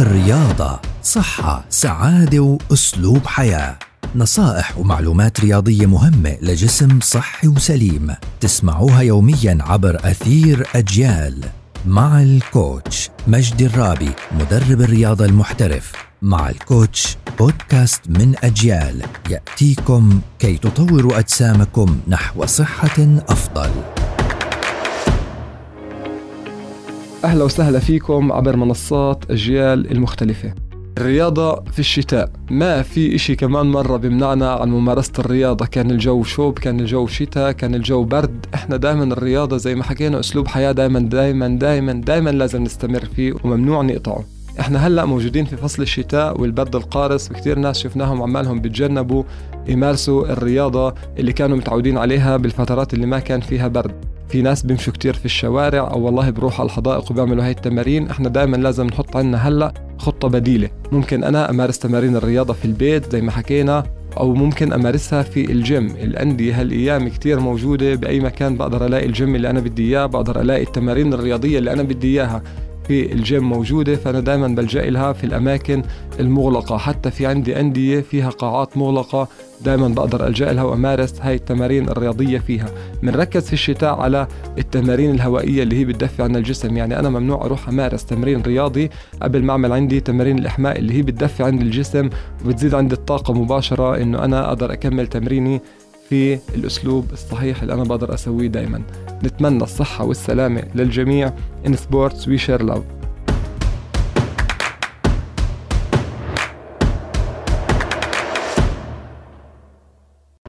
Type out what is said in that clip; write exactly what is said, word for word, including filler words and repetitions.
الرياضة، صحة، سعادة وأسلوب حياة. نصائح ومعلومات رياضية مهمة لجسم صحي وسليم، تسمعوها يومياً عبر أثير أجيال مع الكوتش مجدي الرابي، مدرب الرياضة المحترف. مع الكوتش بودكاست من أجيال يأتيكم كي تطوروا أجسامكم نحو صحة أفضل. أهلا وسهلا فيكم عبر منصات أجيال المختلفة. الرياضة في الشتاء، ما في إشي كمان مرة بمنعنا عن ممارسة الرياضة. كان الجو شوب، كان الجو شتاء، كان الجو برد، إحنا دائما الرياضة زي ما حكينا أسلوب حياة دائما دائما دائما دائما لازم نستمر فيه وممنوع نقطعه. إحنا هلأ موجودين في فصل الشتاء والبرد القارس، وكتير ناس شفناهم عمالهم بتجنبوا يمارسوا الرياضة اللي كانوا متعودين عليها بالفترات اللي ما كان فيها برد. في ناس بيمشوا كتير في الشوارع أو والله بروحوا على الحدائق وبيعملوا هاي التمارين. إحنا دائما لازم نحط عنا هلأ خطة بديلة. ممكن أنا أمارس تمارين الرياضة في البيت زي ما حكينا، أو ممكن أمارسها في الجيم. الأندية هالأيام كتير موجودة بأي مكان، بقدر ألاقي الجيم اللي أنا بدي إياه، بقدر ألاقي التمارين الرياضية اللي أنا بدي إياها في الجيم موجودة. فأنا دائما بلجأ لها في الأماكن المغلقة. حتى في عندي أندية فيها قاعات مغلقة، دائما بقدر ألجأ لها وأمارس هاي التمارين الرياضية فيها. منركز في الشتاء على التمارين الهوائية اللي هي بتدفع عن الجسم. يعني أنا ممنوع أروح أمارس تمرين رياضي قبل ما أعمل عندي تمارين الإحماء اللي هي بتدفع عند الجسم وبتزيد عندي الطاقة مباشرة إنه أنا أقدر أكمل تمريني في الأسلوب الصحيح اللي أنا بقدر أسويه دايما. نتمنى الصحة والسلامة للجميع. In sports we share love.